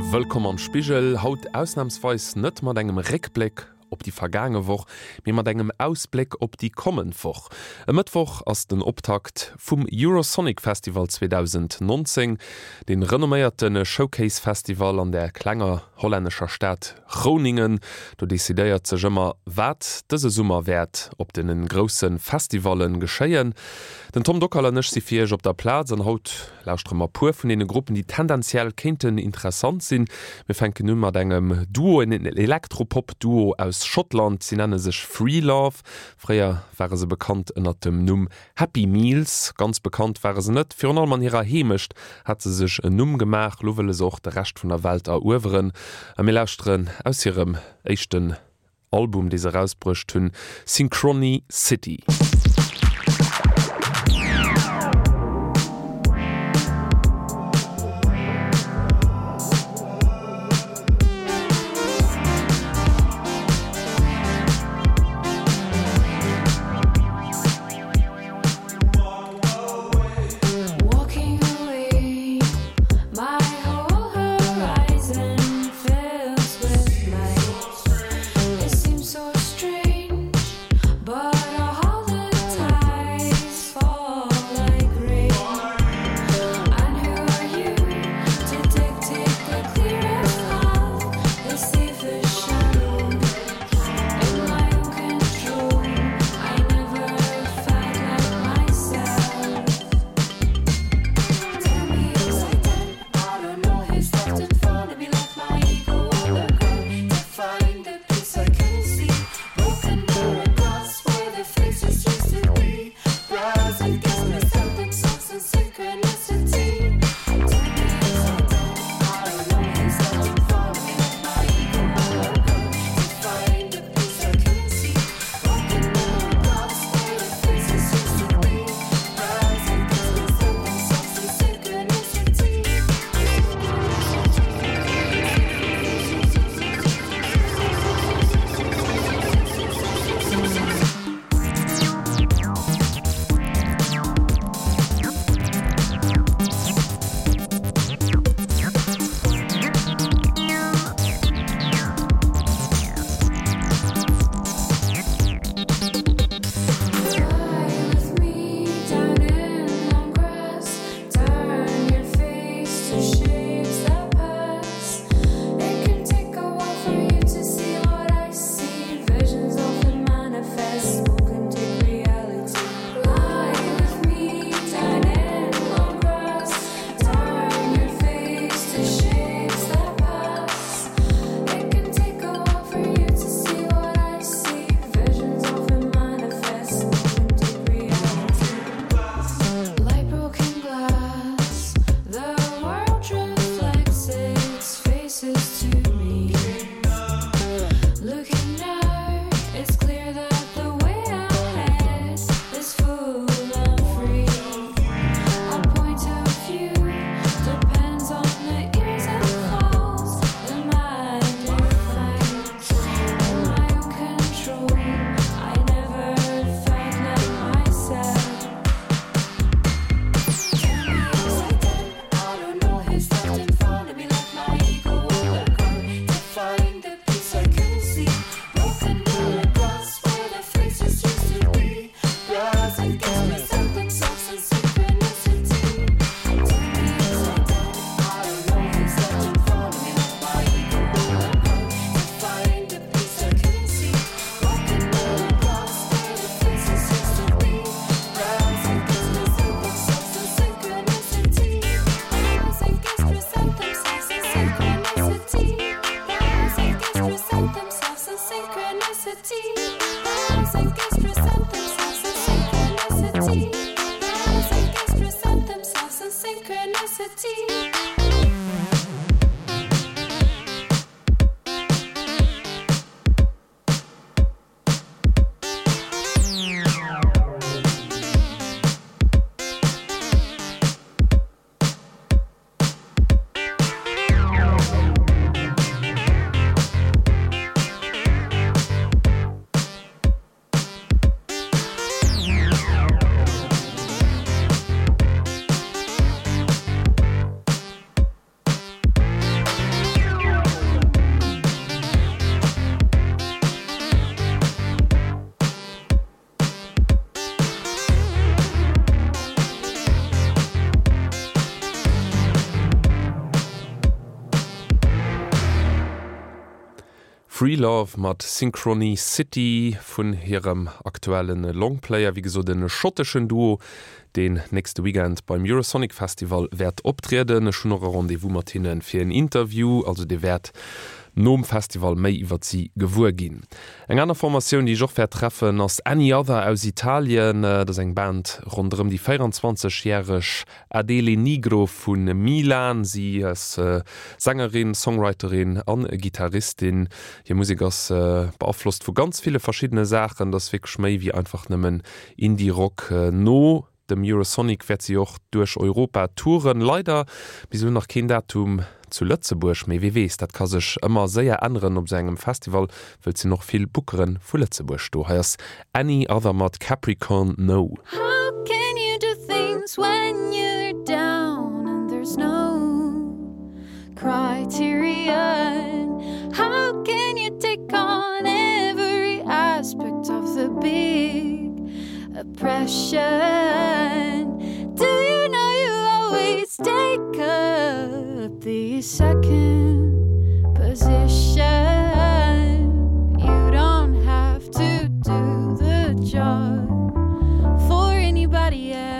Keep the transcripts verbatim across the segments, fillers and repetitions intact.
Willkommen am Spiegel, haut ausnahmsweis net mat engem Rückblick op die vergangene Woche, wie mat engem Ausblick op die kommende Woche. Am Mittwoch ass den Optakt vom Eurosonic Festival zwanzig neunzehn, den renommierten Showcase Festival an der kleiner holländischer Stadt Groningen. Du desideiert sech immer, wat dëse Summer wert op den grossen Festivalen geschéien. Den Tom Dockerlernech si firg op der Platz an haut lausstrmmer pur vun den Gruppen, die tendenziell kenten interessant sinn. Wir fenken nummer engem Duo en Elektropop-Duo aus Schottland, sie nennen sech Free Love. Freier waren se bekannt ënner dem Numm Happy Meals, ganz bekannt waren se net. Für allem an ihrer Hemischt hat se sech en Numm gemach, lowelle soch der Rest vun der Welt eruweren. Am mir lausren aus ihrem echten Album, das er rausbrücht hunn, Synchronicity. Free Love mat Synchrony City vun hirem aktuellen Longplayer, wie geso den schottischen Duo, den nächste Weekend beim Eurosonic Festival werd optreden, schon noch Rendezvous Martinen fir ein Interview, also de Wert nom Festival méi iwwer sie gewur ginn. Eng aner Formatioun, die joch vertreffen ass Any Other aus Italien, dats eng Band rondem die vierundzwanzigjährigg Adele Nigro vun Milan, sie as äh, Sängerin, Songwriterin an Gitarristin. Hier Musik ass äh, beaflosst vu ganz viele verschiedene Sachen, das wg schmei wie einfach nëmmen Indie-Rock äh, no. Dem Eurosonic werd sie auch durch Europa touren. Leider bis nach Kindertum zu Lützeburg méi wie wees, dat kann sech immer sehr ändern op segem Festival, will sie noch viel Bookeren vu Lützeburg. Du heißt Any Other mat Capricorn No. How can you do things when you're down and there's no criterion? How can you take on every aspect of the big oppression? Do you know you always take up the second position? You don't have to do the job for anybody else.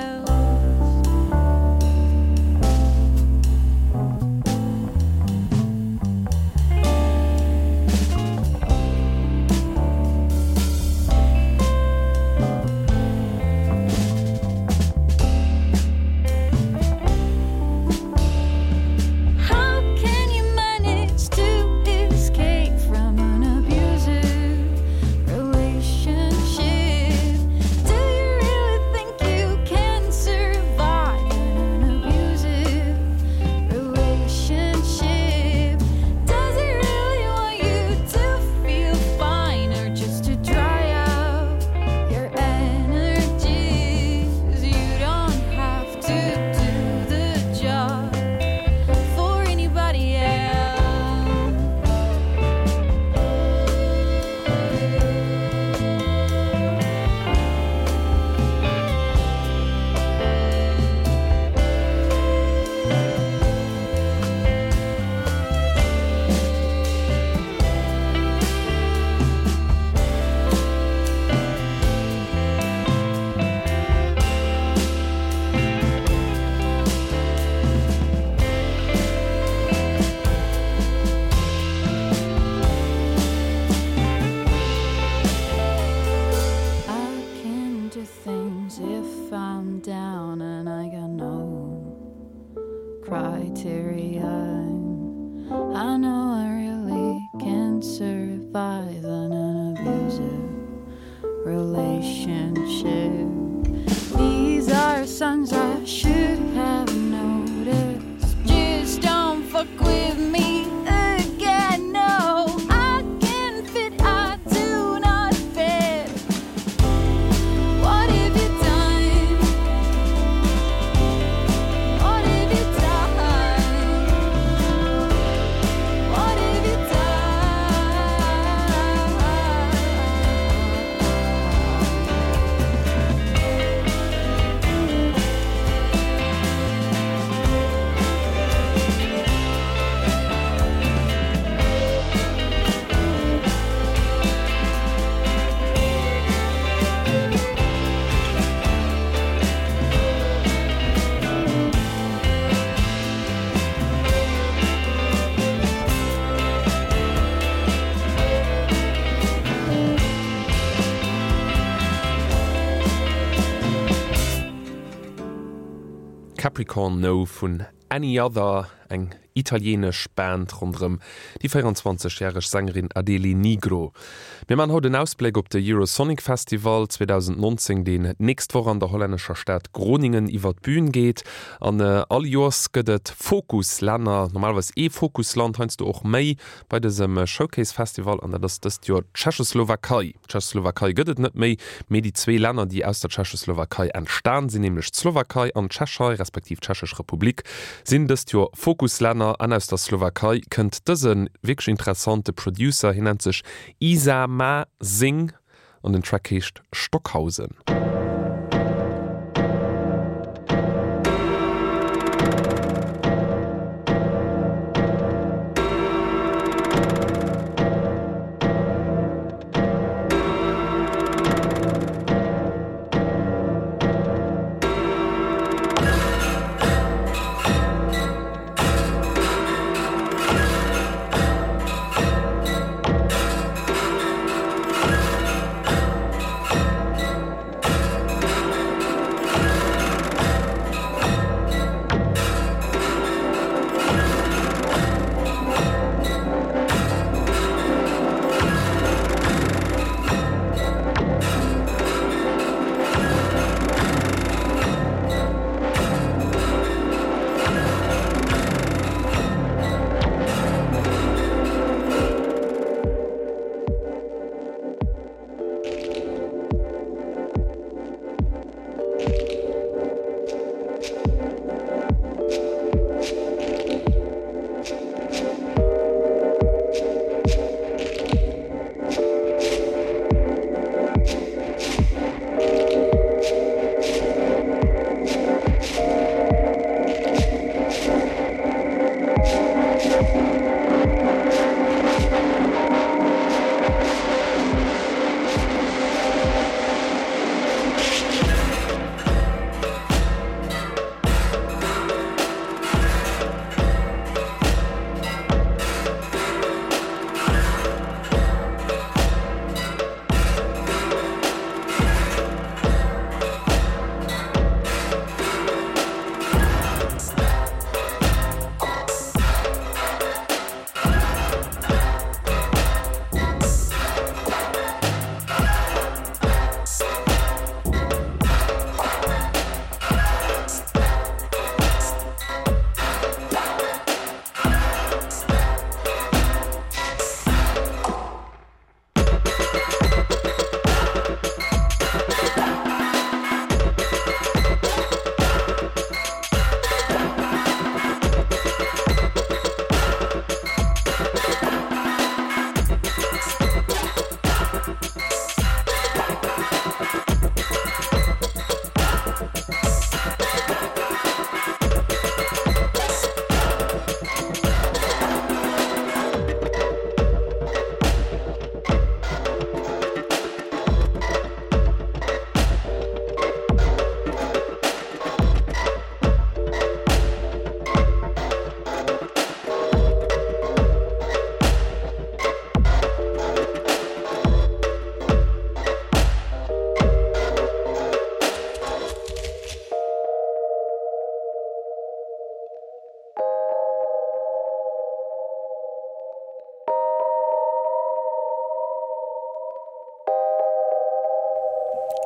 Capricorn No vun Any Other, eng italienisch Band rundrem die vierundzwanzigjährigg Sängerin Adele Nigro. Wir man haut den Ausblick op de Eurosonic Festival zwanzig neunzehn, den nächst vor an der holländischer Stadt Groningen iwwer Bühn geht. An äh, all Jos gëtt Fokusländer, normalerweise e Fokusland heinst du auch méi bei diesem äh, Showcase Festival an das das jo Tschechoslowakei. Tschechoslowakei gëtt net méi mé die zwei Länder, die aus der Tschechoslowakei entstaan sind, nämlich Slowakei an Tschechei respektiv Tschechisch Republik, sind das jo Fokusländer an aus der Slowakei. Könnt diesen wirklich interessante Producer hinnennt sich Isa Ma Sing und den Track heißt Stockhausen.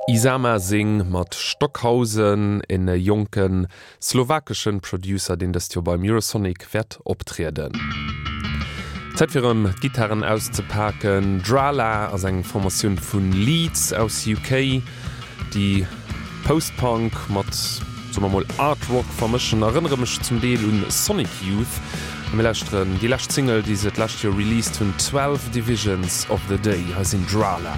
Isama Singh mat Stockhausen en e jonken slowakischen Producer, den das jo beim Eurosonic werd optreden. Zeit firm Gitarren auszupacken, Drala as eng Formatioun vun Leeds aus U K, die Postpunk mat mal Artrock vermischen erinnere mich zum Deel un Sonic Youth Lächten die Lacht Single die se last year released hun twelve Divisions of the Day has in Drala.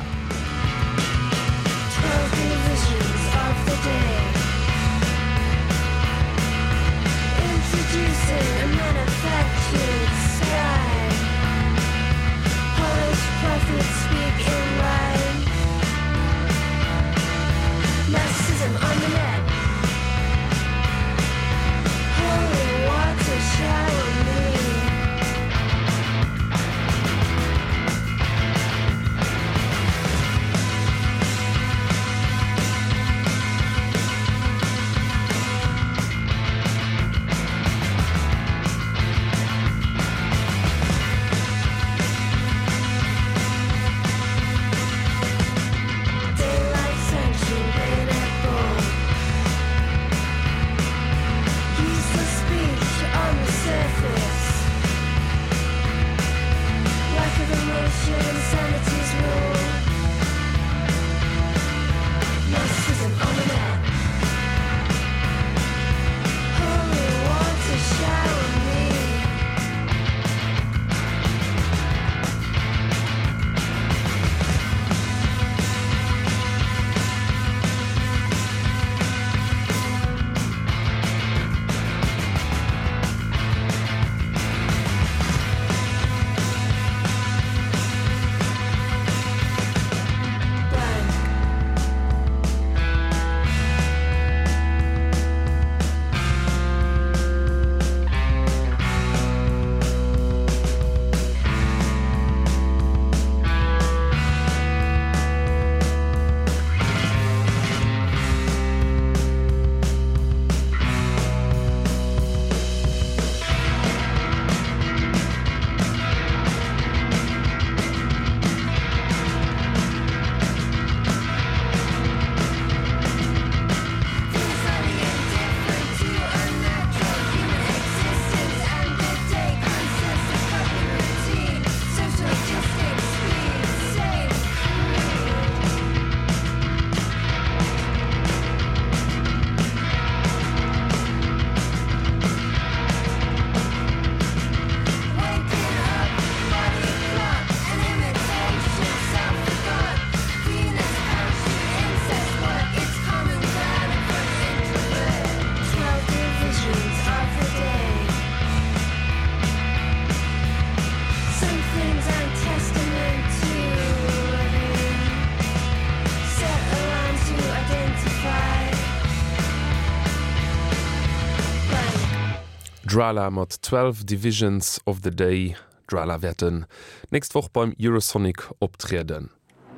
Drala mat twelve Divisions of the Day Drala werden nächst woch beim Eurosonic optreden.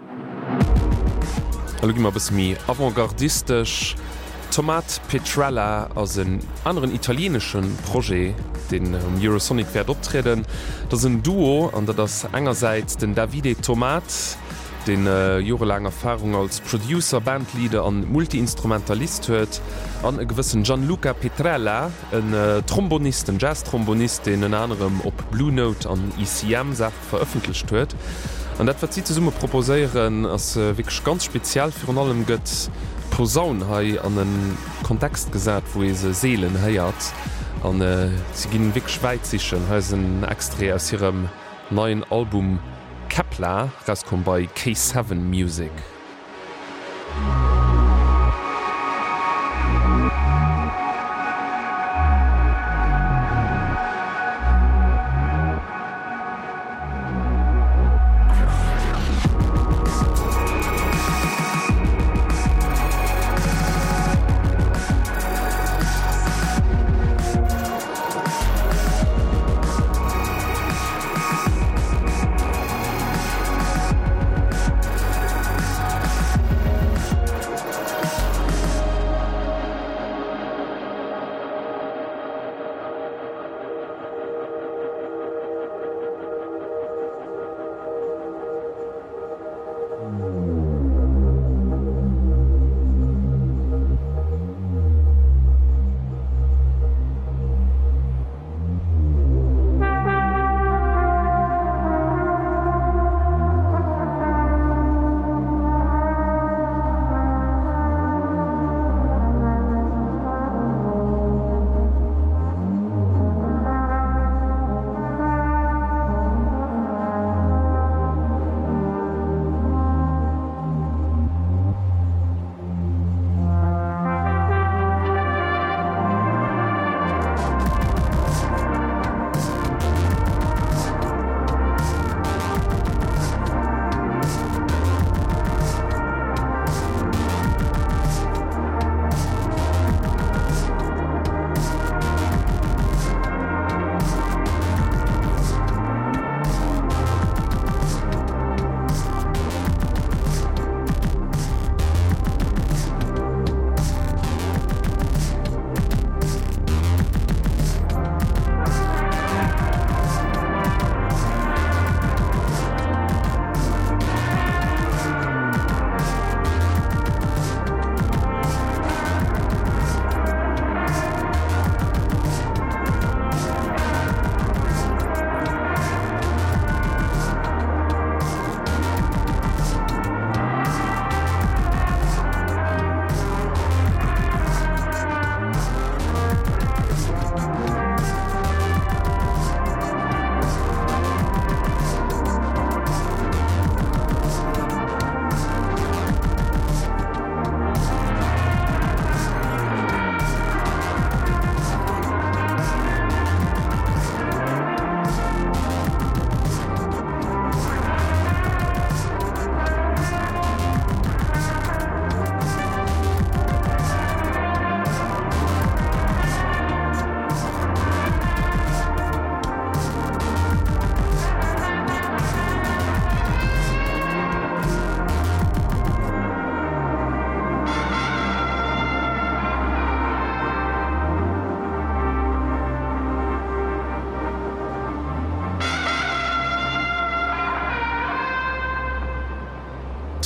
Hallo immer bis mi avantgardistisch Tomat Petrella aus een anderen italienischen Projekt, den um Eurosonic werd optreden. Das ein Duo an der das engerseits den Davide Tomat, den äh, jahrelang Erfahrung als Producer, Bandleader an Multiinstrumentalist huet, an e gewissen Gianluca Petrella, en äh, Trombonist, en Jazz-Trombonist, den en anderem op Blue Note an E C M-Sach veröffentlicht huet. Und dat verzieht summe proposéieren as äh, wirklich ganz spezial für an allem gëtt Posaun hai an den Kontext gesat, wo e se Seelen heiert. An äh, sie ginn wirklich schweizichen, heisen extra aus ihrem neuen Album Kepler, rauskommt bei K seven Music.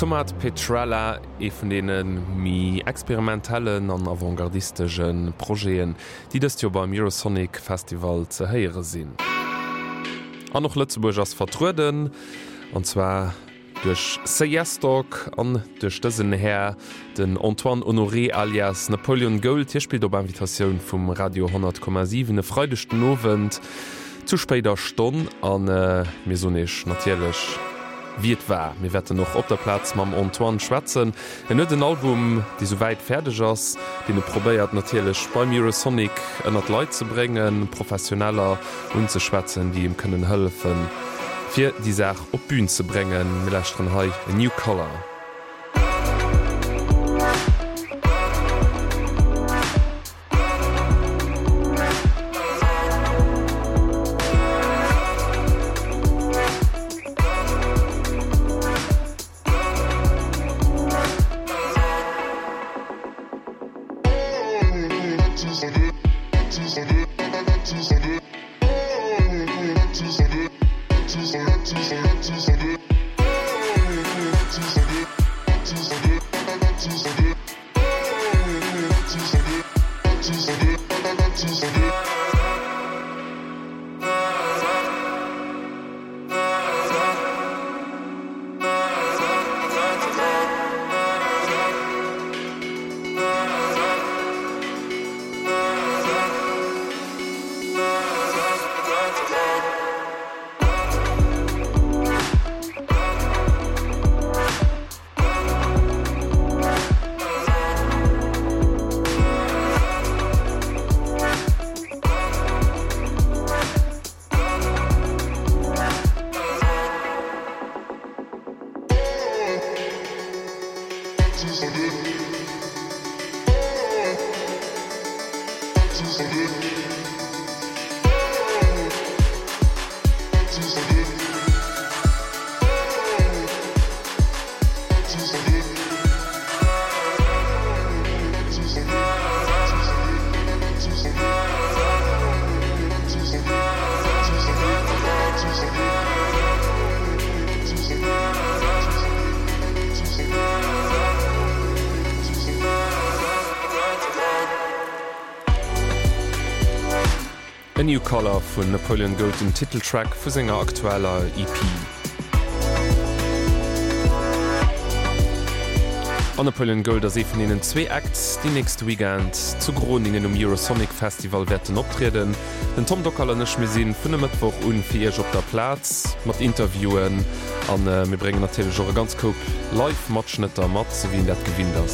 Tomat Petrella e vun denen mi experimentellen an avantgardistischen Projekten, die das jo beim Eurosonic Festival ze heiere sinn. An noch Lützeburg ass vertruden, und zwar durch Seyesstock an durch dëssen Herr den Antoine Honoré alias Napoleon Gold. Hier spielt op Invitationun vum Radio hundert Komma sieben e freudechten Novent zu spéider Stonn an äh, mesonech natierlech. Wie et war, mir wette noch op der Platz mam Antoine schwätzen. En net den Album, die soweit fertig ass, den er probéiert natierlech beim Eurosonic ënner Leiit zu bringen, professioneller und ze schwätzen, die ihm können helfen, fir die Sach op Bühn zu bringen, mitlächten hei a New Color. A New Color vun Napoleon Gold im Titeltrack vu senger aktueller E P. An Napoleon Gold as e vun innen zwee Acts die nächste Weekend zu Groningen um Eurosonic Festival werden optreden. Den Tom Dockerlennech mesinn vun dem Mittwoch un firch op der Platz, mat Interviewen an äh, mir bringen natürlich jo ganz cool Live-Matschnitter mat so wie dat gewinnt ass.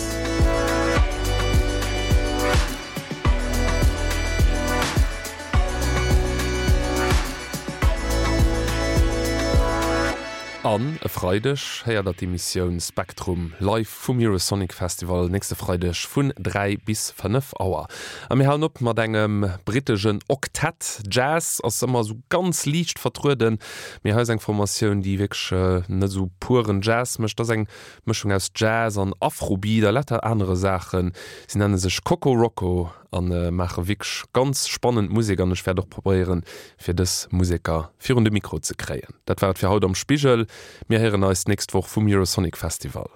An e Freidech heier dat die Mission Spektrum live vum Eurosonic Festival nächste Freidech vun drei bis fünf Auer. Am mir ha op mat engem britischen Oktett Jazz ass immer so ganz liicht vertruden. Mir ha eng Formatioun, die wg äh, net so puren Jazz mecht das eng Mchung aus Jazz an Afrobeat, der letter andere Sachen. Sie nennen sech Coco Rocco an äh, mache wg ganz spannend Musik an schwer doch probieren fir des Musiker vir de Mikro ze kreien. Dat war fir haut am Spiegel. Mir heren als nächst woch vum Eurosonic Festival.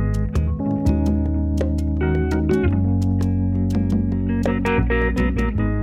Thank you.